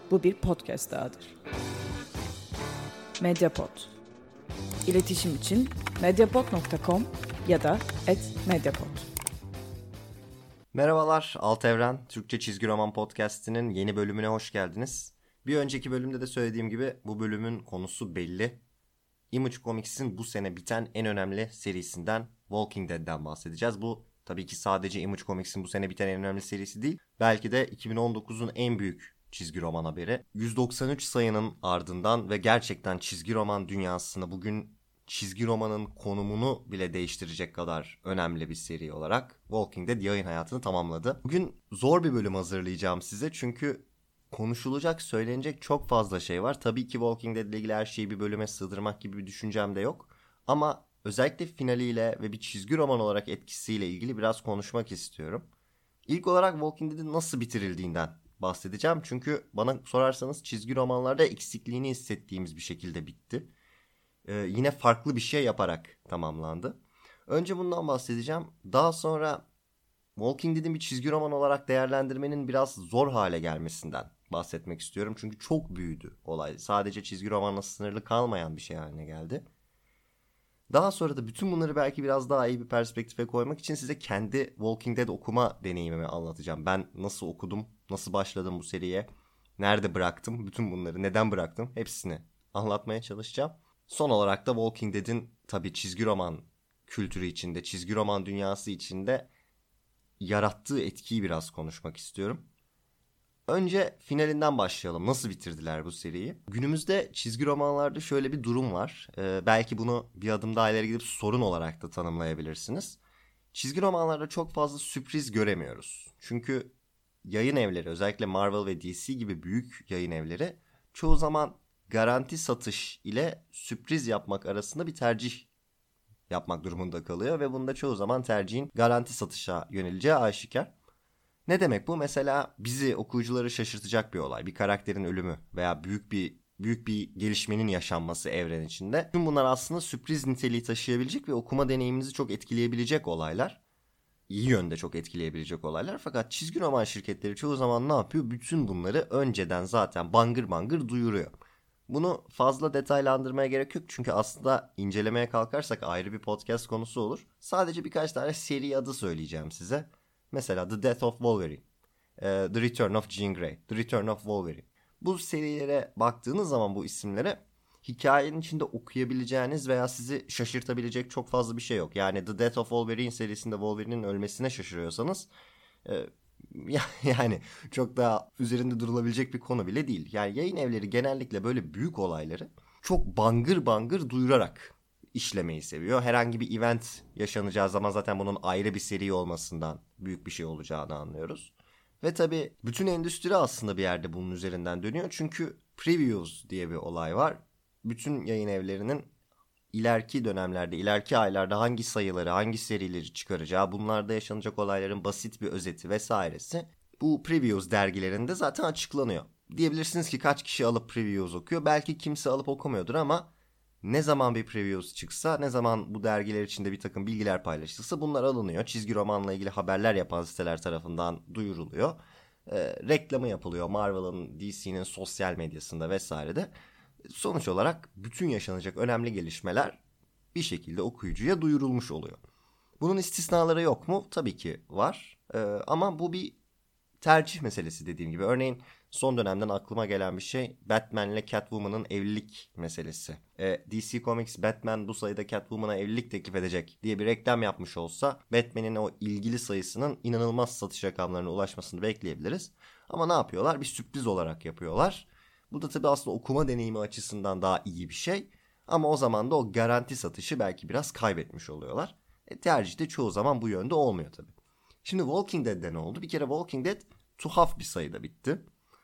Bu bir podcast dahadır. Mediapod. İletişim için mediapod.com ya da @mediapod. Merhabalar, Alt Evren Türkçe Çizgi Roman Podcast'inin yeni bölümüne hoş geldiniz. Bir önceki bölümde de söylediğim gibi bu bölümün konusu belli. Image Comics'in bu sene biten en önemli serisinden Walking Dead'den bahsedeceğiz. Bu tabii ki sadece Image Comics'in bu sene biten en önemli serisi değil. Belki de 2019'un en büyük çizgi roman haberi. 193 sayının ardından ve gerçekten çizgi roman dünyasında bugün çizgi romanın konumunu bile değiştirecek kadar önemli bir seri olarak Walking Dead yayın hayatını tamamladı. Bugün zor bir bölüm hazırlayacağım size çünkü konuşulacak, söylenecek çok fazla şey var. Tabii ki Walking Dead ile ilgili her şeyi bir bölüme sığdırmak gibi bir düşüncem de yok. Ama özellikle finaliyle ve bir çizgi roman olarak etkisiyle ilgili biraz konuşmak istiyorum. İlk olarak Walking Dead'in nasıl bitirildiğinden bahsedeceğim. Çünkü bana sorarsanız çizgi romanlarda eksikliğini hissettiğimiz bir şekilde bitti. Yine farklı bir şey yaparak tamamlandı. Önce bundan bahsedeceğim. Daha sonra Walking Dead'in bir çizgi roman olarak değerlendirmenin biraz zor hale gelmesinden bahsetmek istiyorum. Çünkü çok büyüdü olay. Sadece çizgi romanla sınırlı kalmayan bir şey haline geldi. Daha sonra da bütün bunları belki biraz daha iyi bir perspektife koymak için size kendi Walking Dead okuma deneyimimi anlatacağım. Ben nasıl okudum, nasıl başladım bu seriye, nerede bıraktım, bütün bunları neden bıraktım hepsini anlatmaya çalışacağım. Son olarak da Walking Dead'in tabii çizgi roman kültürü içinde, çizgi roman dünyası içinde yarattığı etkiyi biraz konuşmak istiyorum. Önce finalinden başlayalım. Nasıl bitirdiler bu seriyi? Günümüzde çizgi romanlarda şöyle bir durum var. Belki bunu bir adım daha ileri gidip sorun olarak da tanımlayabilirsiniz. Çizgi romanlarda çok fazla sürpriz göremiyoruz. Çünkü yayın evleri, özellikle Marvel ve DC gibi büyük yayın evleri çoğu zaman garanti satış ile sürpriz yapmak arasında bir tercih yapmak durumunda kalıyor ve bunda çoğu zaman tercihin garanti satışa yöneleceği aşikar. Ne demek bu? Mesela bizi, okuyucuları şaşırtacak bir olay, bir karakterin ölümü veya büyük bir gelişmenin yaşanması evren içinde. Tüm bunlar aslında sürpriz niteliği taşıyabilecek ve okuma deneyiminizi çok etkileyebilecek olaylar. İyi yönde çok etkileyebilecek olaylar. Fakat çizgi roman şirketleri çoğu zaman ne yapıyor? Bütün bunları önceden zaten bangır bangır duyuruyor. Bunu fazla detaylandırmaya gerek yok çünkü aslında incelemeye kalkarsak ayrı bir podcast konusu olur. Sadece birkaç tane seri adı söyleyeceğim size. Mesela The Death of Wolverine, The Return of Jean Grey, The Return of Wolverine. Bu serilere baktığınız zaman bu isimlere hikayenin içinde okuyabileceğiniz veya sizi şaşırtabilecek çok fazla bir şey yok. Yani The Death of Wolverine serisinde Wolverine'in ölmesine şaşırıyorsanız yani çok daha üzerinde durulabilecek bir konu bile değil. Yani yayın evleri genellikle böyle büyük olayları çok bangır bangır duyurarak işlemeyi seviyor. Herhangi bir event yaşanacağı zaman zaten bunun ayrı bir seri olmasından büyük bir şey olacağını anlıyoruz. Ve tabii bütün endüstri aslında bir yerde bunun üzerinden dönüyor. Çünkü previews diye bir olay var. Bütün yayın evlerinin ileriki dönemlerde, ileriki aylarda hangi sayıları, hangi serileri çıkaracağı, bunlarda yaşanacak olayların basit bir özeti vesairesi bu previews dergilerinde zaten açıklanıyor. Diyebilirsiniz ki kaç kişi alıp previews okuyor? Belki kimse alıp okumuyordur ama ne zaman bir previews çıksa, ne zaman bu dergiler içinde bir takım bilgiler paylaşılsa bunlar alınıyor. Çizgi romanla ilgili haberler yapan siteler tarafından duyuruluyor. Reklamı yapılıyor Marvel'ın, DC'nin sosyal medyasında vesairede. Sonuç olarak bütün yaşanacak önemli gelişmeler bir şekilde okuyucuya duyurulmuş oluyor. Bunun istisnaları yok mu? Tabii ki var. Ama bu bir tercih meselesi dediğim gibi. Örneğin son dönemden aklıma gelen bir şey Batman ile Catwoman'ın evlilik meselesi. DC Comics Batman bu sayıda Catwoman'a evlilik teklif edecek diye bir reklam yapmış olsa Batman'in o ilgili sayısının inanılmaz satış rakamlarına ulaşmasını bekleyebiliriz. Ama ne yapıyorlar? Bir sürpriz olarak yapıyorlar. Bu da tabii aslında okuma deneyimi açısından daha iyi bir şey. Ama o zaman da o garanti satışı belki biraz kaybetmiş oluyorlar. Tercih de çoğu zaman bu yönde olmuyor tabii. Şimdi Walking Dead'de ne oldu? Bir kere Walking Dead tuhaf bir sayıda bitti.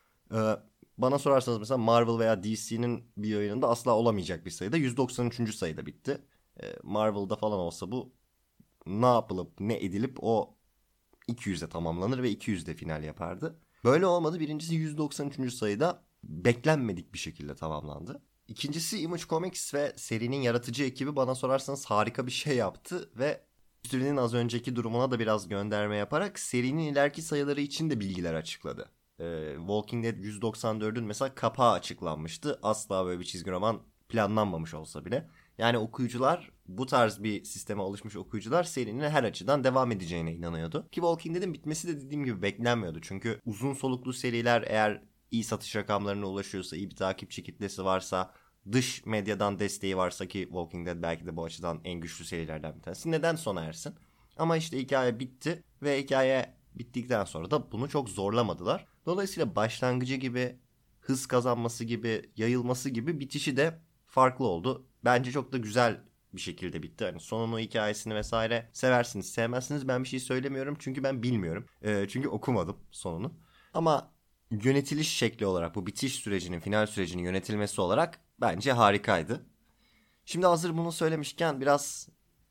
Bana sorarsanız mesela Marvel veya DC'nin bir yayınında asla olamayacak bir sayıda 193. sayıda bitti. Marvel'da falan olsa bu ne yapılıp ne edilip o 200'e tamamlanır ve 200'de final yapardı. Böyle olmadı. Birincisi 193. sayıda beklenmedik bir şekilde tamamlandı. İkincisi Image Comics ve serinin yaratıcı ekibi bana sorarsanız harika bir şey yaptı ve serinin az önceki durumuna da biraz gönderme yaparak serinin ileriki sayıları için de bilgiler açıkladı. Walking Dead 194'ün mesela kapağı açıklanmıştı. Asla böyle bir çizgi roman planlanmamış olsa bile. Yani okuyucular, bu tarz bir sisteme alışmış okuyucular serinin her açıdan devam edeceğine inanıyordu. Ki Walking Dead'in bitmesi de dediğim gibi beklenmiyordu. Çünkü uzun soluklu seriler eğer iyi satış rakamlarına ulaşıyorsa, iyi bir takipçi kitlesi varsa, dış medyadan desteği varsa, ki Walking Dead belki de bu açıdan en güçlü serilerden bir tanesi, neden sona ersin? Ama işte hikaye bitti ve hikaye bittikten sonra da bunu çok zorlamadılar. Dolayısıyla başlangıcı gibi, hız kazanması gibi, yayılması gibi bitişi de farklı oldu. Bence çok da güzel bir şekilde bitti. Hani sonunu, hikayesini vesaire seversiniz, sevmezsiniz. Ben bir şey söylemiyorum çünkü ben bilmiyorum. Çünkü okumadım sonunu. Ama yönetiliş şekli olarak, bu bitiş sürecinin, final sürecinin yönetilmesi olarak bence harikaydı. Şimdi hazır bunu söylemişken biraz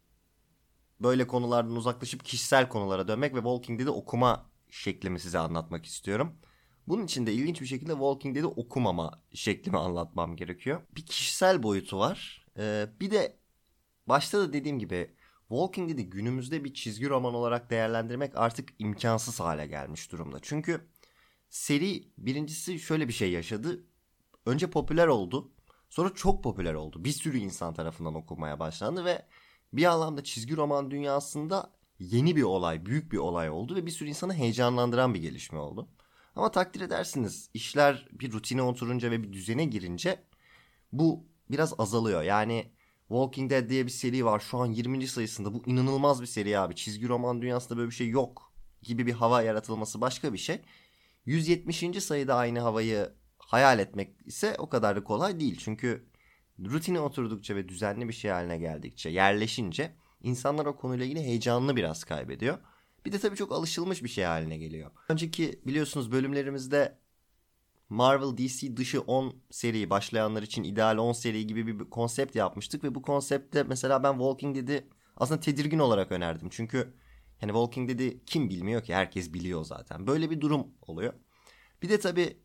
böyle konulardan uzaklaşıp kişisel konulara dönmek ve Walking Dead'i okuma şeklimi size anlatmak istiyorum. Bunun için de ilginç bir şekilde Walking Dead'i okumama şeklimi anlatmam gerekiyor. Bir kişisel boyutu var. Bir de başta da dediğim gibi Walking Dead'i günümüzde bir çizgi roman olarak değerlendirmek artık imkansız hale gelmiş durumda. Çünkü seri birincisi şöyle bir şey yaşadı. Önce popüler oldu. Sonra çok popüler oldu. Bir sürü insan tarafından okunmaya başlandı ve bir anlamda çizgi roman dünyasında yeni bir olay, büyük bir olay oldu ve bir sürü insanı heyecanlandıran bir gelişme oldu. Ama takdir edersiniz, işler bir rutine oturunca ve bir düzene girince bu biraz azalıyor. Yani Walking Dead diye bir seri var, şu an 20. sayısında, bu inanılmaz bir seri abi. Çizgi roman dünyasında böyle bir şey yok gibi bir hava yaratılması başka bir şey. 170. sayıda aynı havayı hayal etmek ise o kadar da kolay değil. Çünkü rutine oturdukça ve düzenli bir şey haline geldikçe, yerleşince insanlar o konuyla ilgili heyecanını biraz kaybediyor. Bir de tabii çok alışılmış bir şey haline geliyor. Önceki biliyorsunuz bölümlerimizde Marvel DC dışı 10 seri, başlayanlar için ideal 10 seri gibi bir konsept yapmıştık ve bu konseptte mesela ben Walking Dead'i aslında tedirgin olarak önerdim. Çünkü hani Walking Dead'i kim bilmiyor ki, herkes biliyor zaten. Böyle bir durum oluyor. Bir de tabii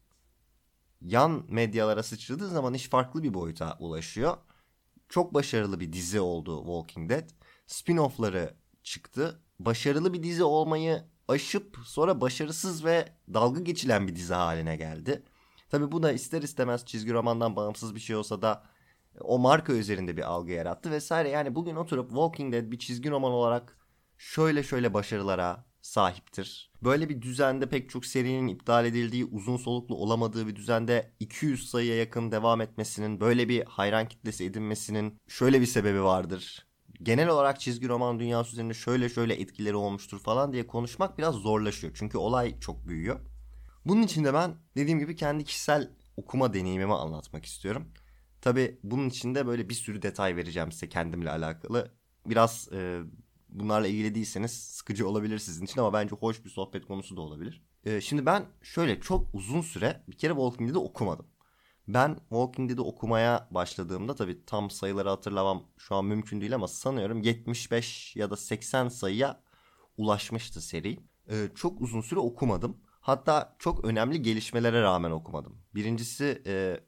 yan medyalara sıçradığı zaman iş farklı bir boyuta ulaşıyor. Çok başarılı bir dizi oldu Walking Dead. Spin-off'ları çıktı. Başarılı bir dizi olmayı aşıp sonra başarısız ve dalga geçilen bir dizi haline geldi. Tabii bu da ister istemez çizgi romandan bağımsız bir şey olsa da o marka üzerinde bir algı yarattı vesaire. Yani bugün oturup Walking Dead bir çizgi roman olarak şöyle şöyle başarılara sahiptir. Böyle bir düzende pek çok serinin iptal edildiği, uzun soluklu olamadığı bir düzende 200 sayıya yakın devam etmesinin, böyle bir hayran kitlesi edinmesinin şöyle bir sebebi vardır. Genel olarak çizgi roman dünyası üzerinde şöyle şöyle etkileri olmuştur falan diye konuşmak biraz zorlaşıyor. Çünkü olay çok büyüyor. Bunun için de ben dediğim gibi kendi kişisel okuma deneyimimi anlatmak istiyorum. Tabii bunun için de böyle bir sürü detay vereceğim size kendimle alakalı. Biraz bunlarla ilgili değilseniz sıkıcı olabilir sizin için ama bence hoş bir sohbet konusu da olabilir. Şimdi ben şöyle çok uzun süre bir kere Walking Dead'i okumadım. Ben Walking Dead'i okumaya başladığımda, tabii tam sayıları hatırlamam şu an mümkün değil ama sanıyorum 75 ya da 80 sayıya ulaşmıştı seri. Çok uzun süre okumadım. Hatta çok önemli gelişmelere rağmen okumadım. Birincisi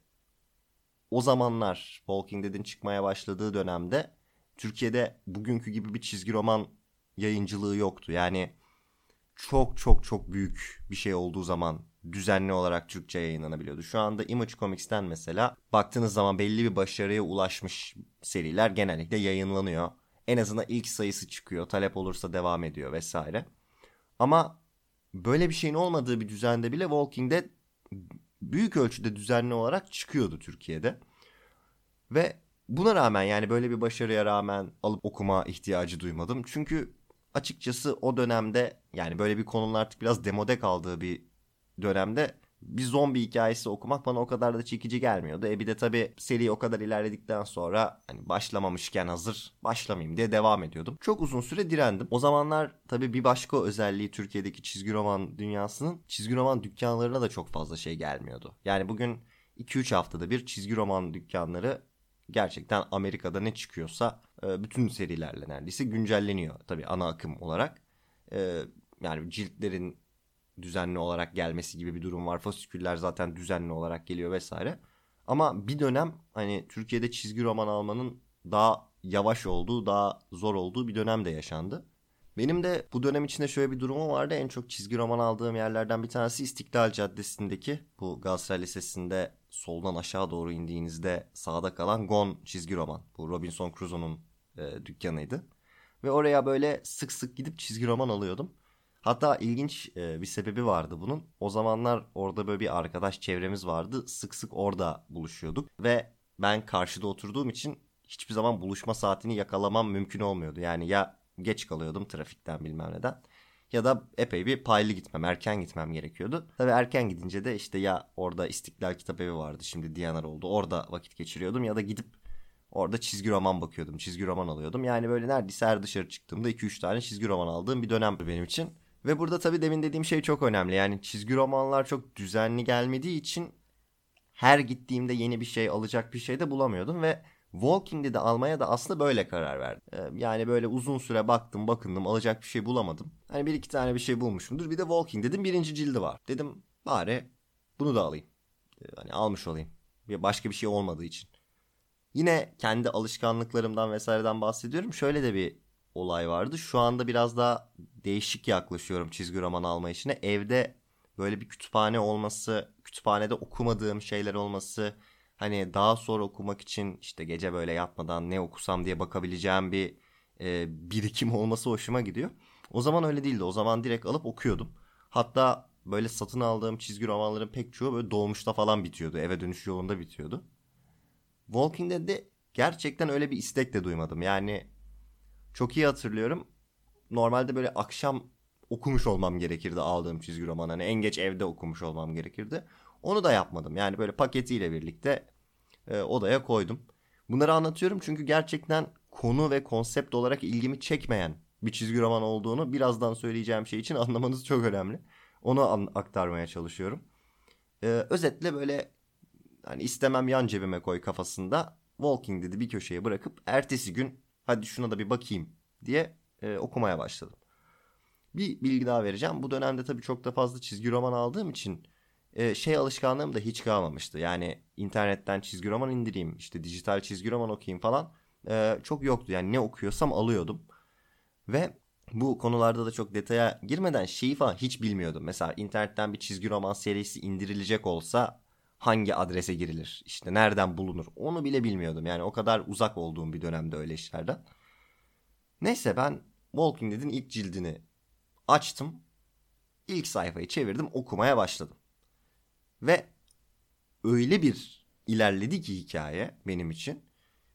o zamanlar Walking Dead'in çıkmaya başladığı dönemde Türkiye'de bugünkü gibi bir çizgi roman yayıncılığı yoktu. Yani çok çok çok büyük bir şey olduğu zaman düzenli olarak Türkçe yayınlanabiliyordu. Şu anda Image Comics'ten mesela baktığınız zaman belli bir başarıya ulaşmış seriler genellikle yayınlanıyor. En azından ilk sayısı çıkıyor, talep olursa devam ediyor vesaire. Ama böyle bir şeyin olmadığı bir düzende bile Walking Dead büyük ölçüde düzenli olarak çıkıyordu Türkiye'de. Ve buna rağmen, yani böyle bir başarıya rağmen alıp okuma ihtiyacı duymadım. Çünkü açıkçası o dönemde, yani böyle bir konunun artık biraz demode kaldığı bir dönemde bir zombi hikayesi okumak bana o kadar da çekici gelmiyordu. Bir de tabii seri o kadar ilerledikten sonra hani başlamamışken hazır başlamayayım diye devam ediyordum. Çok uzun süre direndim. O zamanlar tabii bir başka özelliği Türkiye'deki çizgi roman dünyasının, çizgi roman dükkanlarına da çok fazla şey gelmiyordu. Yani bugün 2-3 haftada bir çizgi roman dükkanları gerçekten Amerika'da ne çıkıyorsa bütün serilerle neredeyse güncelleniyor. Tabii ana akım olarak. Yani ciltlerin düzenli olarak gelmesi gibi bir durum var. Fasiküller zaten düzenli olarak geliyor vesaire. Ama bir dönem hani Türkiye'de çizgi roman almanın daha yavaş olduğu, daha zor olduğu bir dönem de yaşandı. Benim de bu dönem içinde şöyle bir durumum vardı. En çok çizgi roman aldığım yerlerden bir tanesi İstiklal Caddesi'ndeki bu Galatasaray Lisesi'nde soldan aşağı doğru indiğinizde sağda kalan Gon çizgi roman. Bu Robinson Crusoe'nun dükkanıydı. Ve oraya böyle sık sık gidip çizgi roman alıyordum. Hatta ilginç bir sebebi vardı bunun. O zamanlar orada böyle bir arkadaş çevremiz vardı. Sık sık orada buluşuyorduk. Ve ben karşıda oturduğum için hiçbir zaman buluşma saatini yakalamam mümkün olmuyordu. Yani ya geç kalıyordum trafikten bilmem neden. Ya da epey bir paylı gitmem, erken gitmem gerekiyordu. Tabii erken gidince de işte ya orada İstiklal Kitabevi vardı, şimdi Diyanar oldu. Orada vakit geçiriyordum ya da gidip orada çizgi roman bakıyordum, çizgi roman alıyordum. Yani böyle neredeyse her dışarı çıktığımda 2-3 tane çizgi roman aldığım bir dönemdi benim için. Ve burada tabii demin dediğim şey çok önemli. Yani çizgi romanlar çok düzenli gelmediği için her gittiğimde yeni bir şey alacak bir şey de bulamıyordum ve Walking Dead'i almaya da aslında böyle karar verdim. Yani böyle uzun süre baktım bakındım alacak bir şey bulamadım. Hani bir iki tane bir şey bulmuşumdur. Bir de Walking Dead'in birinci cildi var. Dedim bari bunu da alayım. Hani almış olayım. Başka bir şey olmadığı için. Yine kendi alışkanlıklarımdan vesaireden bahsediyorum. Şöyle de bir olay vardı. Şu anda biraz daha değişik yaklaşıyorum çizgi roman alma işine. Evde böyle bir kütüphane olması, kütüphanede okumadığım şeyler olması, hani daha sonra okumak için işte gece böyle yatmadan ne okusam diye bakabileceğim bir birikim olması hoşuma gidiyor. O zaman öyle değildi. O zaman direkt alıp okuyordum. Hatta böyle satın aldığım çizgi romanların pek çoğu böyle dolmuşta falan bitiyordu. Eve dönüş yolunda bitiyordu. Walking Dead'de gerçekten öyle bir istek de duymadım. Yani çok iyi hatırlıyorum. Normalde böyle akşam okumuş olmam gerekirdi aldığım çizgi roman. Hani en geç evde okumuş olmam gerekirdi. Onu da yapmadım. Yani böyle paketiyle birlikte odaya koydum. Bunları anlatıyorum çünkü gerçekten konu ve konsept olarak ilgimi çekmeyen bir çizgi roman olduğunu birazdan söyleyeceğim şey için anlamanız çok önemli. Onu aktarmaya çalışıyorum. Özetle böyle hani istemem yan cebime koy kafasında Walking Dead'i bir köşeye bırakıp ertesi gün hadi şuna da bir bakayım diye okumaya başladım. Bir bilgi daha vereceğim. Bu dönemde tabii çok da fazla çizgi roman aldığım için şey alışkanlığım da hiç kalmamıştı. Yani internetten çizgi roman indireyim, işte dijital çizgi roman okuyayım falan çok yoktu. Yani ne okuyorsam alıyordum. Ve bu konularda da çok detaya girmeden şeyi falan hiç bilmiyordum. Mesela internetten bir çizgi roman serisi indirilecek olsa hangi adrese girilir? İşte nereden bulunur? Onu bile bilmiyordum. Yani o kadar uzak olduğum bir dönemde öyle işlerden. Neyse ben Walking Dead'in ilk cildini açtım. İlk sayfayı çevirdim, okumaya başladım. Ve öyle bir ilerledi ki hikaye benim için.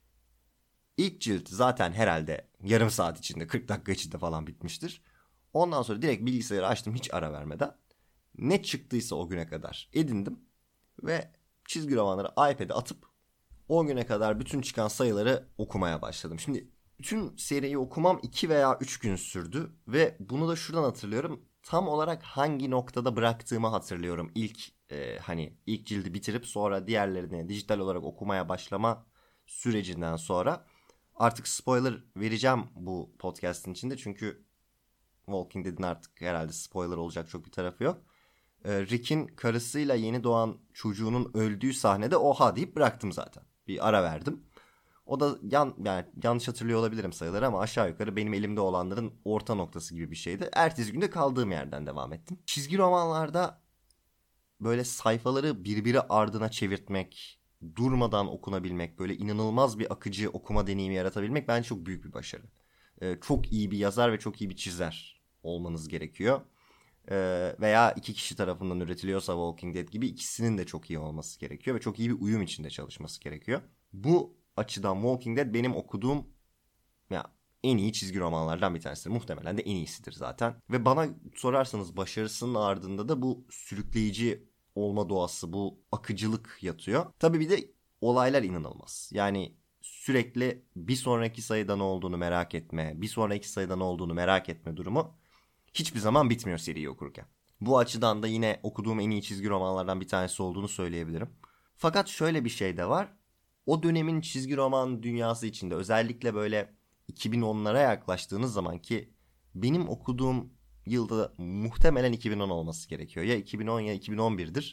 İlk cilt zaten herhalde yarım saat içinde 40 dakika içinde falan bitmiştir. Ondan sonra direkt bilgisayarı açtım hiç ara vermeden. Ne çıktıysa o güne kadar edindim. Ve çizgi romanları iPad'e atıp o güne kadar bütün çıkan sayıları okumaya başladım. Şimdi bütün seriyi okumam 2 veya 3 gün sürdü. Ve bunu da şuradan hatırlıyorum. Tam olarak hangi noktada bıraktığımı hatırlıyorum. Hani ilk cildi bitirip sonra diğerlerini dijital olarak okumaya başlama sürecinden sonra. Artık spoiler vereceğim bu podcast'in içinde çünkü Walking Dead'in artık herhalde spoiler olacak çok bir tarafı yok. Rick'in karısıyla yeni doğan çocuğunun öldüğü sahnede oha deyip bıraktım zaten. Bir ara verdim. O da yani yanlış hatırlıyor olabilirim sayıları ama aşağı yukarı benim elimde olanların orta noktası gibi bir şeydi. Ertesi günde kaldığım yerden devam ettim. Çizgi romanlarda böyle sayfaları birbiri ardına çevirtmek, durmadan okunabilmek, böyle inanılmaz bir akıcı okuma deneyimi yaratabilmek bence çok büyük bir başarı. Çok iyi bir yazar ve çok iyi bir çizer olmanız gerekiyor. Veya iki kişi tarafından üretiliyorsa Walking Dead gibi ikisinin de çok iyi olması gerekiyor ve çok iyi bir uyum içinde çalışması gerekiyor. Bu açıdan Walking Dead benim okuduğum ya en iyi çizgi romanlardan bir tanesidir. Muhtemelen de en iyisidir zaten. Ve bana sorarsanız başarısının ardında da bu sürükleyici olma doğası, bu akıcılık yatıyor. Tabii bir de olaylar inanılmaz. Yani sürekli bir sonraki sayıda ne olduğunu merak etme, bir sonraki sayıda ne olduğunu merak etme durumu hiçbir zaman bitmiyor seriyi okurken. Bu açıdan da yine okuduğum en iyi çizgi romanlardan bir tanesi olduğunu söyleyebilirim. Fakat şöyle bir şey de var. O dönemin çizgi roman dünyası içinde özellikle böyle 2010'lara yaklaştığınız zaman ki benim okuduğum yılda muhtemelen 2010 olması gerekiyor. Ya 2010 ya 2011'dir.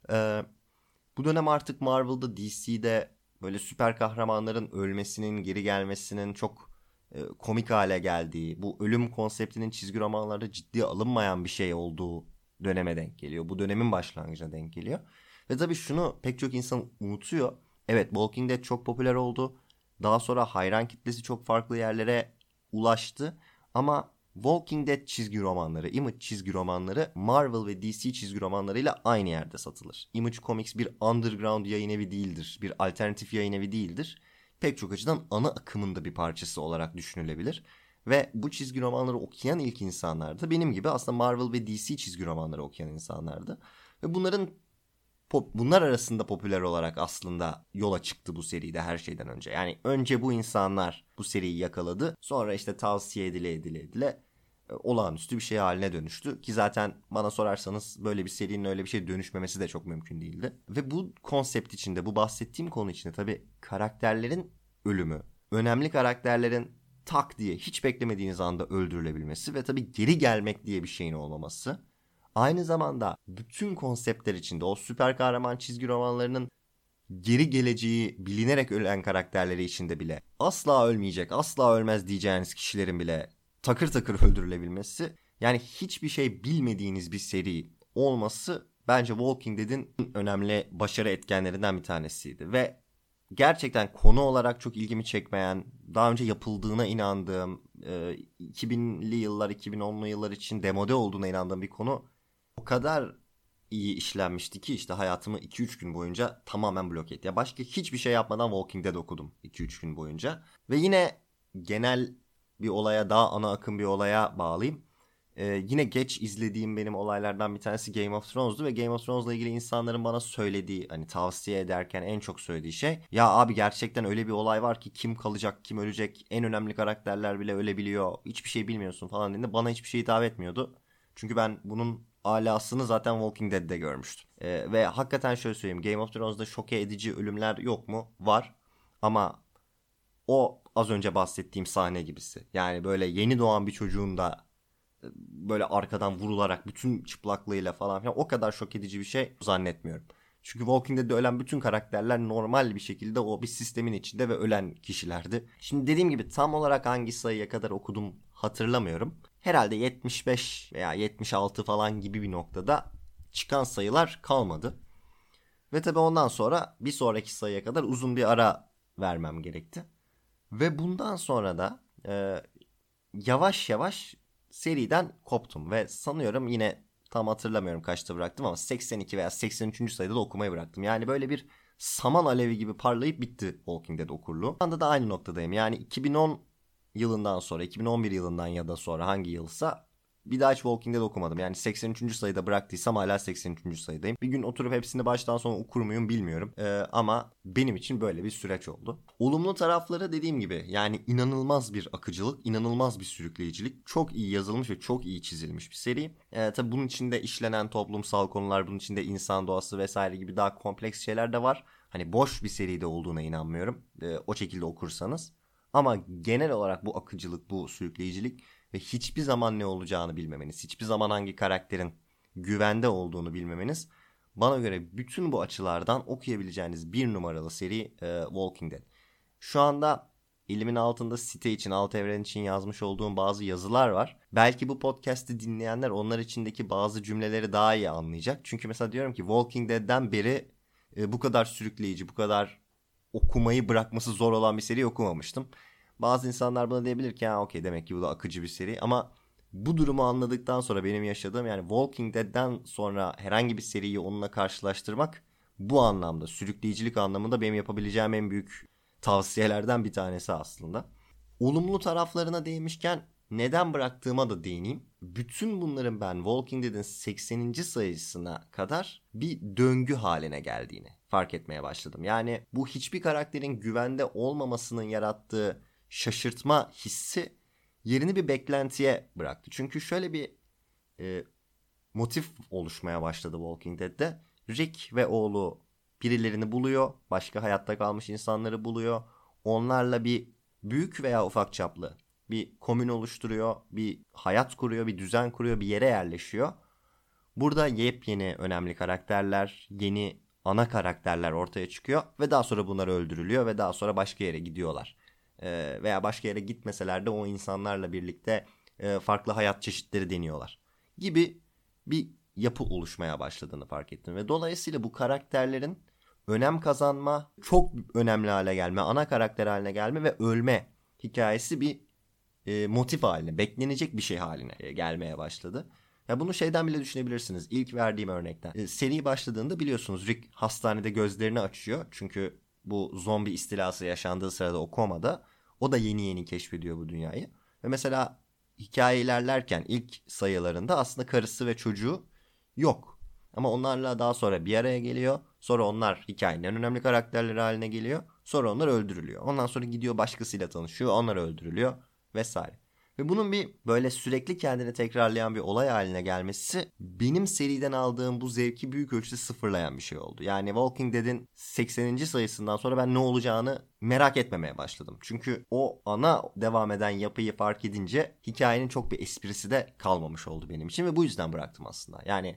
Bu dönem artık Marvel'da, DC'de böyle süper kahramanların ölmesinin, geri gelmesinin çok komik hale geldiği, bu ölüm konseptinin çizgi romanlarda ciddiye alınmayan bir şey olduğu döneme denk geliyor. Bu dönemin başlangıcına denk geliyor. Ve tabii şunu pek çok insan unutuyor. Evet, Walking Dead çok popüler oldu. Daha sonra hayran kitlesi çok farklı yerlere ulaştı. Ama Walking Dead çizgi romanları, Image çizgi romanları Marvel ve DC çizgi romanlarıyla aynı yerde satılır. Image Comics bir underground yayın evi değildir. Bir alternatif yayın evi değildir. Pek çok açıdan ana akımında bir parçası olarak düşünülebilir. Ve bu çizgi romanları okuyan ilk insanlar da benim gibi aslında Marvel ve DC çizgi romanları okuyan insanlardı. Ve bunlar arasında popüler olarak aslında yola çıktı bu seride her şeyden önce. Yani önce bu insanlar bu seriyi yakaladı. Sonra işte tavsiye edile olağanüstü bir şey haline dönüştü. Ki zaten bana sorarsanız böyle bir serinin öyle bir şey dönüşmemesi de çok mümkün değildi. Ve bu konsept içinde, bu bahsettiğim konu içinde tabii karakterlerin ölümü, önemli karakterlerin tak diye hiç beklemediğiniz anda öldürülebilmesi ve tabii geri gelmek diye bir şeyin olmaması. Aynı zamanda bütün konseptler içinde o süper kahraman çizgi romanlarının geri geleceği bilinerek ölen karakterleri içinde bile asla ölmeyecek, asla ölmez diyeceğiniz kişilerin bile takır takır öldürülebilmesi. Yani hiçbir şey bilmediğiniz bir seri olması bence Walking Dead'in önemli başarı etkenlerinden bir tanesiydi. Ve gerçekten konu olarak çok ilgimi çekmeyen, daha önce yapıldığına inandığım, 2000'li yıllar, 2010'lu yıllar için demode olduğuna inandığım bir konu o kadar iyi işlenmişti ki işte hayatımı 2-3 gün boyunca tamamen blok etti. Ya başka hiçbir şey yapmadan Walking Dead okudum 2-3 gün boyunca. Ve yine genel bir olaya, daha ana akım bir olaya bağlayayım. Yine geç izlediğim benim olaylardan bir tanesi Game of Thrones'du ve Game of Thrones'la ilgili insanların bana söylediği, hani tavsiye ederken en çok söylediği şey, ya abi gerçekten öyle bir olay var ki kim kalacak, kim ölecek, en önemli karakterler bile ölebiliyor, hiçbir şey bilmiyorsun falan dediğinde bana hiçbir şey hitap etmiyordu. Çünkü ben bunun alasını zaten Walking Dead'de görmüştüm. Ve hakikaten şöyle söyleyeyim, Game of Thrones'da şoke edici ölümler yok mu? Var. Ama o az önce bahsettiğim sahne gibisi. Yani böyle yeni doğan bir çocuğun da böyle arkadan vurularak bütün çıplaklığıyla falan filan o kadar şok edici bir şey zannetmiyorum. Çünkü Walking Dead'de ölen bütün karakterler normal bir şekilde o bir sistemin içinde ve ölen kişilerdi. Şimdi dediğim gibi tam olarak hangi sayıya kadar okudum hatırlamıyorum. Herhalde 75 veya 76 falan gibi bir noktada çıkan sayılar kalmadı. Ve tabii ondan sonra bir sonraki sayıya kadar uzun bir ara vermem gerekti. Ve bundan sonra da yavaş yavaş seriden koptum. Ve sanıyorum yine tam hatırlamıyorum kaçta bıraktım ama 82 veya 83. sayıda da okumayı bıraktım. Yani böyle bir saman alevi gibi parlayıp bitti Walking Dead okurluğu. Şu anda da aynı noktadayım. Yani 2010 yılından sonra, 2011 yılından ya da sonra hangi yılsa bir daha hiç Walking Dead okumadım. Yani 83. sayıda bıraktıysam hala 83. sayıdayım. Bir gün oturup hepsini baştan sona okur muyum bilmiyorum. Ama benim için böyle bir süreç oldu. Olumlu tarafları dediğim gibi yani inanılmaz bir akıcılık, inanılmaz bir sürükleyicilik. Çok iyi yazılmış ve çok iyi çizilmiş bir seri. Tabii bunun içinde işlenen toplumsal konular, bunun içinde insan doğası vesaire gibi daha kompleks şeyler de var. Hani boş bir seride olduğuna inanmıyorum. O şekilde okursanız. Ama genel olarak bu akıcılık, bu sürükleyicilik ve hiçbir zaman ne olacağını bilmemeniz, hiçbir zaman hangi karakterin güvende olduğunu bilmemeniz bana göre bütün bu açılardan okuyabileceğiniz bir numaralı seri Walking Dead. Şu anda elimin altında site için, alt evren için yazmış olduğum bazı yazılar var. Belki bu podcast'i dinleyenler onlar içindeki bazı cümleleri daha iyi anlayacak. Çünkü mesela diyorum ki Walking Dead'den beri bu kadar sürükleyici, bu kadar okumayı bırakması zor olan bir seri okumamıştım. Bazı insanlar bana diyebilir ki okey demek ki bu da akıcı bir seri ama bu durumu anladıktan sonra benim yaşadığım yani Walking Dead'den sonra herhangi bir seriyi onunla karşılaştırmak bu anlamda sürükleyicilik anlamında benim yapabileceğim en büyük tavsiyelerden bir tanesi aslında. Olumlu taraflarına değinmişken neden bıraktığıma da değineyim. Bütün bunların ben Walking Dead'in 80. sayısına kadar bir döngü haline geldiğini fark etmeye başladım. Yani bu hiçbir karakterin güvende olmamasının yarattığı şaşırtma hissi yerini bir beklentiye bıraktı. Çünkü şöyle bir motif oluşmaya başladı Walking Dead'de. Rick ve oğlu birilerini buluyor, başka hayatta kalmış insanları buluyor. Onlarla bir büyük veya ufak çaplı bir komün oluşturuyor, bir hayat kuruyor, bir düzen kuruyor, bir yere yerleşiyor. Burada yepyeni önemli karakterler, yeni ana karakterler ortaya çıkıyor ve daha sonra bunlar öldürülüyor ve daha sonra başka yere gidiyorlar. veya başka yere gitmeseler de o insanlarla birlikte farklı hayat çeşitleri deniyorlar gibi bir yapı oluşmaya başladığını fark ettim. Ve dolayısıyla bu karakterlerin önem kazanma, çok önemli hale gelme, ana karakter haline gelme ve ölme hikayesi bir motif haline, beklenecek bir şey haline gelmeye başladı. Ya bunu şeyden bile düşünebilirsiniz. İlk verdiğim örnekten. Seri başladığında biliyorsunuz Rick hastanede gözlerini açıyor. Çünkü bu zombi istilası yaşandığı sırada o komada. O da yeni yeni keşfediyor bu dünyayı. Ve mesela hikaye ilerlerken ilk sayılarında aslında karısı ve çocuğu yok. Ama onlarla daha sonra bir araya geliyor. Sonra onlar hikayenin en önemli karakterleri haline geliyor. Sonra onlar öldürülüyor. Ondan sonra gidiyor başkasıyla tanışıyor. Onlar öldürülüyor vesaire. Ve bunun bir böyle sürekli kendini tekrarlayan bir olay haline gelmesi benim seriden aldığım bu zevki büyük ölçüde sıfırlayan bir şey oldu. Yani Walking Dead'in 80. sayısından sonra ben ne olacağını merak etmemeye başladım. Çünkü o ana devam eden yapıyı fark edince hikayenin çok bir esprisi de kalmamış oldu benim için ve bu yüzden bıraktım aslında. Yani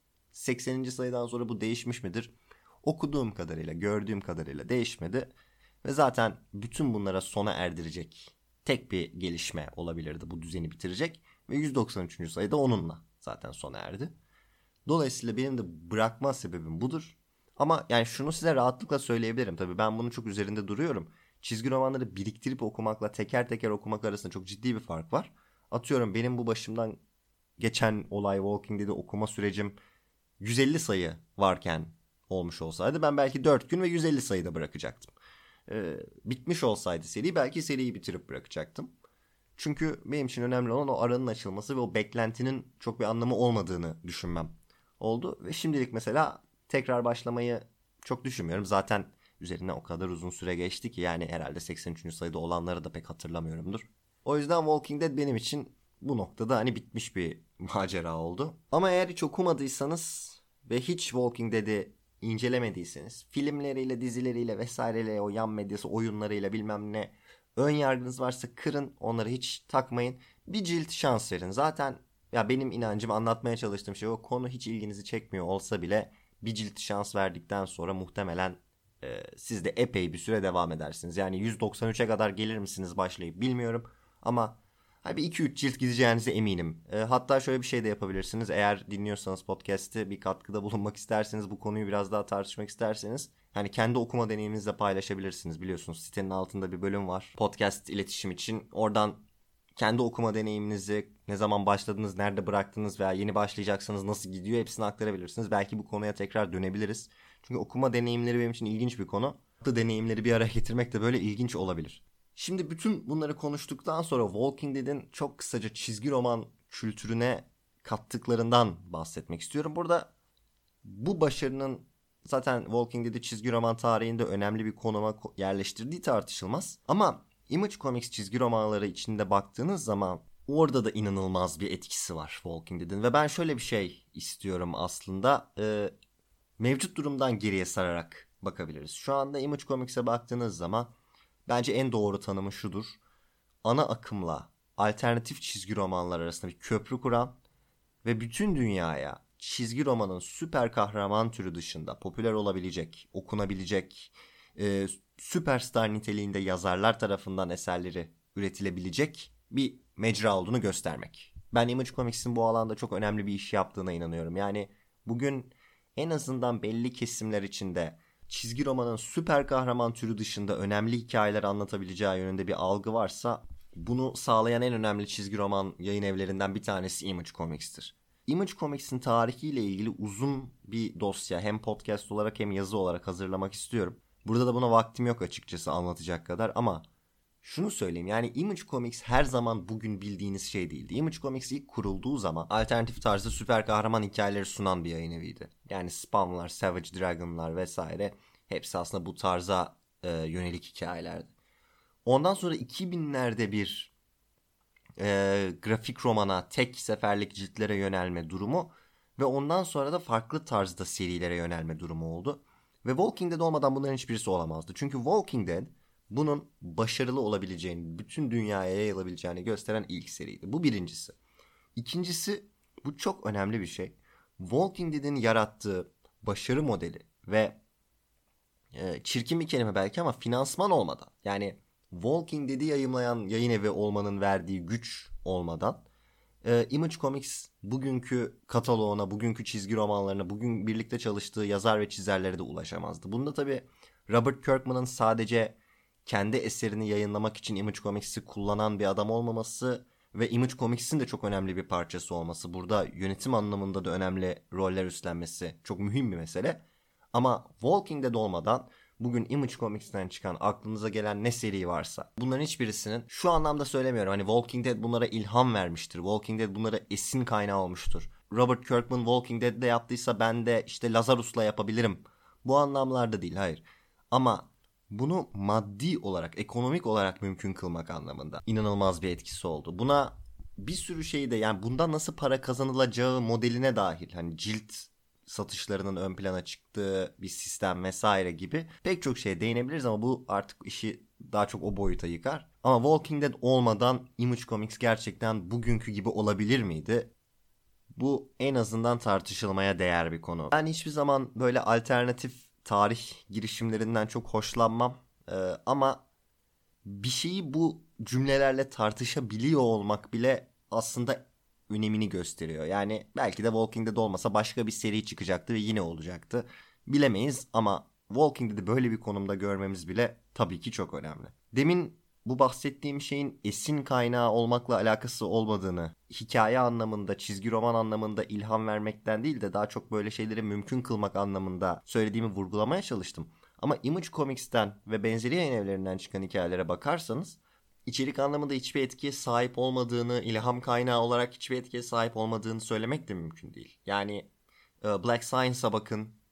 80. sayıdan sonra bu değişmiş midir? Okuduğum kadarıyla, gördüğüm kadarıyla değişmedi. Ve zaten bütün bunlara sona erdirecek tek bir gelişme olabilirdi bu düzeni bitirecek. Ve 193. sayıda onunla zaten sona erdi. Dolayısıyla benim de bırakma sebebim budur. Ama yani şunu size rahatlıkla söyleyebilirim. Tabii ben bunun çok üzerinde duruyorum. Çizgi romanları biriktirip okumakla teker teker okumak arasında çok ciddi bir fark var. Atıyorum benim bu başımdan geçen olay Walking Dead'i okuma sürecim 150 sayı varken olmuş olsaydı ben belki 4 gün ve 150 sayıda bırakacaktım. Bitmiş olsaydı seri belki seriyi bitirip bırakacaktım. Çünkü benim için önemli olan o aranın açılması ve o beklentinin çok bir anlamı olmadığını düşünmem oldu. Ve şimdilik mesela tekrar başlamayı çok düşünmüyorum. Zaten üzerinden o kadar uzun süre geçti ki yani herhalde 83. sayıda olanları da pek hatırlamıyorumdur. O yüzden Walking Dead benim için bu noktada hani bitmiş bir macera oldu. Ama eğer hiç okumadıysanız ve hiç Walking Dead'i incelemediyseniz filmleriyle, dizileriyle vesaireyle, o yan medyası oyunlarıyla bilmem ne ön yargınız varsa kırın, onları hiç takmayın. Bir cilt şans verin. Zaten ya benim inancım, anlatmaya çalıştığım şey, o konu hiç ilginizi çekmiyor olsa bile bir cilt şans verdikten sonra muhtemelen siz de epey bir süre devam edersiniz. Yani 193'e kadar gelir misiniz başlayıp bilmiyorum ama bir 2-3 cilt gideceğinize eminim. Hatta şöyle bir şey de yapabilirsiniz. Eğer dinliyorsanız podcast'te bir katkıda bulunmak isterseniz, bu konuyu biraz daha tartışmak isterseniz hani kendi okuma deneyiminizle paylaşabilirsiniz. Biliyorsunuz sitenin altında bir bölüm var podcast iletişim için. Oradan kendi okuma deneyiminizi, ne zaman başladınız, nerede bıraktınız veya yeni başlayacaksanız nasıl gidiyor hepsini aktarabilirsiniz. Belki bu konuya tekrar dönebiliriz. Çünkü okuma deneyimleri benim için ilginç bir konu. Bu deneyimleri bir araya getirmek de böyle ilginç olabilir. Şimdi bütün bunları konuştuktan sonra Walking Dead'in çok kısaca çizgi roman kültürüne kattıklarından bahsetmek istiyorum. Burada bu başarının zaten Walking Dead'i çizgi roman tarihinde önemli bir konuma yerleştirdiği tartışılmaz. Ama Image Comics çizgi romanları içinde baktığınız zaman orada da inanılmaz bir etkisi var Walking Dead'in. Ve ben şöyle bir şey istiyorum aslında. Mevcut durumdan geriye sararak bakabiliriz. Şu anda Image Comics'e baktığınız zaman bence en doğru tanımı şudur: ana akımla alternatif çizgi romanlar arasında bir köprü kuran ve bütün dünyaya çizgi romanın süper kahraman türü dışında popüler olabilecek, okunabilecek, süperstar niteliğinde yazarlar tarafından eserleri üretilebilecek bir mecra olduğunu göstermek. Ben Image Comics'in bu alanda çok önemli bir iş yaptığına inanıyorum. Yani bugün en azından belli kesimler içinde çizgi romanın süper kahraman türü dışında önemli hikayeler anlatabileceği yönünde bir algı varsa bunu sağlayan en önemli çizgi roman yayın evlerinden bir tanesi Image Comics'tir. Image Comics'in tarihiyle ilgili uzun bir dosya hem podcast olarak hem yazı olarak hazırlamak istiyorum. Burada da buna vaktim yok açıkçası anlatacak kadar ama şunu söyleyeyim, yani Image Comics her zaman bugün bildiğiniz şey değildi. Image Comics ilk kurulduğu zaman alternatif tarzda süper kahraman hikayeleri sunan bir yayın eviydi. Yani Spawn'lar, Savage Dragon'lar vesaire hepsi aslında bu tarza yönelik hikayelerdi. Ondan sonra 2000'lerde bir grafik romana, tek seferlik ciltlere yönelme durumu ve ondan sonra da farklı tarzda serilere yönelme durumu oldu. Ve Walking Dead olmadan bunların hiçbirisi olamazdı. Çünkü Walking Dead bunun başarılı olabileceğini, bütün dünyaya yayılabileceğini gösteren ilk seriydi. Bu birincisi. İkincisi, bu çok önemli bir şey. Walking Dead'in yarattığı başarı modeli ve çirkin bir kelime belki ama finansman olmadan, yani Walking Dead'i yayımlayan yayın evi olmanın verdiği güç olmadan Image Comics bugünkü kataloğuna, bugünkü çizgi romanlarına, bugün birlikte çalıştığı yazar ve çizerlere de ulaşamazdı. Bunda tabii Robert Kirkman'ın sadece kendi eserini yayınlamak için Image Comics'i kullanan bir adam olmaması ve Image Comics'in de çok önemli bir parçası olması, burada yönetim anlamında da önemli roller üstlenmesi çok mühim bir mesele. Ama Walking Dead olmadan bugün Image Comics'ten çıkan aklınıza gelen ne seri varsa, bunların hiçbirisinin, şu anlamda söylemiyorum hani Walking Dead bunlara ilham vermiştir, Walking Dead bunlara esin kaynağı olmuştur, Robert Kirkman Walking Dead'de yaptıysa ben de işte Lazarus'la yapabilirim, bu anlamlarda değil, hayır. Ama bunu maddi olarak, ekonomik olarak mümkün kılmak anlamında inanılmaz bir etkisi oldu. Buna bir sürü şeyi de, yani bundan nasıl para kazanılacağı modeline dahil, hani cilt satışlarının ön plana çıktığı bir sistem vesaire gibi pek çok şeye değinebiliriz ama bu artık işi daha çok o boyuta yıkar. Ama Walking Dead olmadan Image Comics gerçekten bugünkü gibi olabilir miydi? Bu en azından tartışılmaya değer bir konu. Ben hiçbir zaman böyle alternatif tarih girişimlerinden çok hoşlanmam. Ama bir şeyi bu cümlelerle tartışabiliyor olmak bile aslında önemini gösteriyor. Yani belki de Walking Dead olmasa başka bir seri çıkacaktı ve yine olacaktı. Bilemeyiz ama Walking Dead'i böyle bir konumda görmemiz bile tabii ki çok önemli. Demin bu bahsettiğim şeyin esin kaynağı olmakla alakası olmadığını, hikaye anlamında, çizgi roman anlamında ilham vermekten değil de daha çok böyle şeyleri mümkün kılmak anlamında söylediğimi vurgulamaya çalıştım. Ama Image Comics'ten ve benzeri yayın evlerinden çıkan hikayelere bakarsanız içerik anlamında hiçbir etkiye sahip olmadığını, ilham kaynağı olarak hiçbir etkiye sahip olmadığını söylemek de mümkün değil. Yani Black Science'a bakın,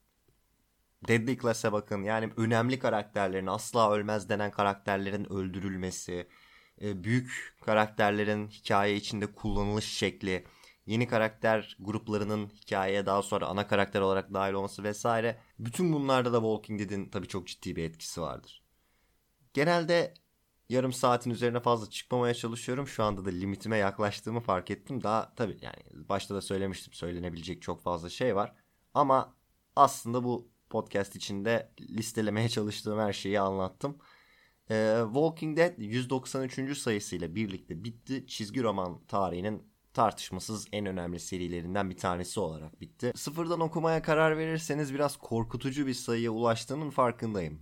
Deadly Class'e bakın. Yani önemli karakterlerin, asla ölmez denen karakterlerin öldürülmesi, büyük karakterlerin hikaye içinde kullanılış şekli, yeni karakter gruplarının hikayeye daha sonra ana karakter olarak dahil olması vesaire. Bütün bunlarda da Walking Dead'in tabii çok ciddi bir etkisi vardır. Genelde yarım saatin üzerine fazla çıkmamaya çalışıyorum. Şu anda da limitime yaklaştığımı fark ettim. Daha tabii yani başta da söylemiştim, söylenebilecek çok fazla şey var. Ama aslında bu podcast içinde listelemeye çalıştığım her şeyi anlattım. Walking Dead 193. sayısıyla birlikte bitti. Çizgi roman tarihinin tartışmasız en önemli serilerinden bir tanesi olarak bitti. Sıfırdan okumaya karar verirseniz biraz korkutucu bir sayıya ulaştığının farkındayım.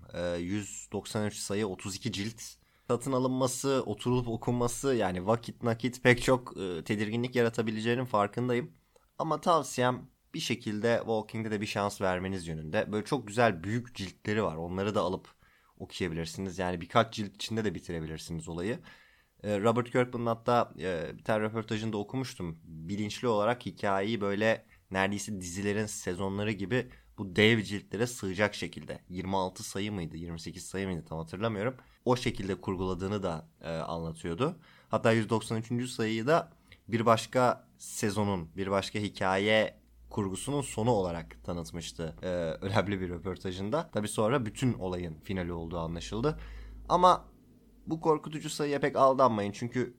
193 sayı, 32 cilt. Satın alınması, oturulup okunması, yani vakit nakit pek çok tedirginlik yaratabileceğinin farkındayım. Ama tavsiyem bir şekilde Walking Dead'e bir şans vermeniz yönünde. Böyle çok güzel büyük ciltleri var. Onları da alıp okuyabilirsiniz. Yani birkaç cilt içinde de bitirebilirsiniz olayı. Robert Kirkman'ın hatta bir tane röportajında okumuştum. Bilinçli olarak hikayeyi böyle neredeyse dizilerin sezonları gibi bu dev ciltlere sığacak şekilde, 26 sayı mıydı 28 sayı mıydı tam hatırlamıyorum, o şekilde kurguladığını da anlatıyordu. Hatta 193. sayıyı da bir başka sezonun, bir başka hikaye kurgusunun sonu olarak tanıtmıştı önemli bir röportajında. Tabii sonra bütün olayın finali olduğu anlaşıldı. Ama bu korkutucu sayıya pek aldanmayın çünkü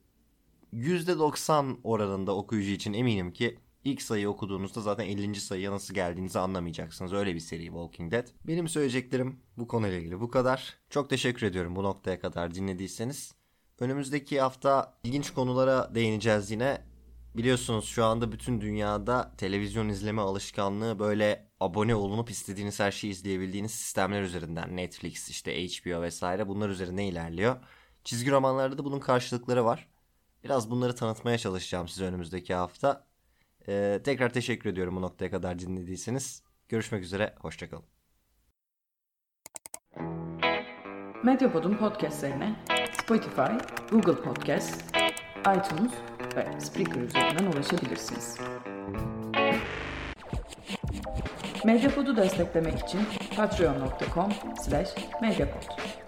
%90 oranında okuyucu için eminim ki ilk sayıyı okuduğunuzda zaten 50. sayıya nasıl geldiğinizi anlamayacaksınız. Öyle bir seri Walking Dead. Benim söyleyeceklerim bu konuyla ilgili bu kadar. Çok teşekkür ediyorum bu noktaya kadar dinlediyseniz. Önümüzdeki hafta ilginç konulara değineceğiz yine. Biliyorsunuz şu anda bütün dünyada televizyon izleme alışkanlığı böyle abone olunup istediğiniz her şeyi izleyebildiğiniz sistemler üzerinden. Netflix, işte HBO vesaire, bunlar üzerinden ilerliyor. Çizgi romanlarda da bunun karşılıkları var. Biraz bunları tanıtmaya çalışacağım size önümüzdeki hafta. Tekrar teşekkür ediyorum bu noktaya kadar dinlediyseniz. Görüşmek üzere, hoşçakalın. Medyapod'un podcastlerine Spotify, Google Podcast, iTunes ve Spreaker üzerinden ulaşabilirsiniz. Medyapod'u desteklemek için patreon.com/medyapod.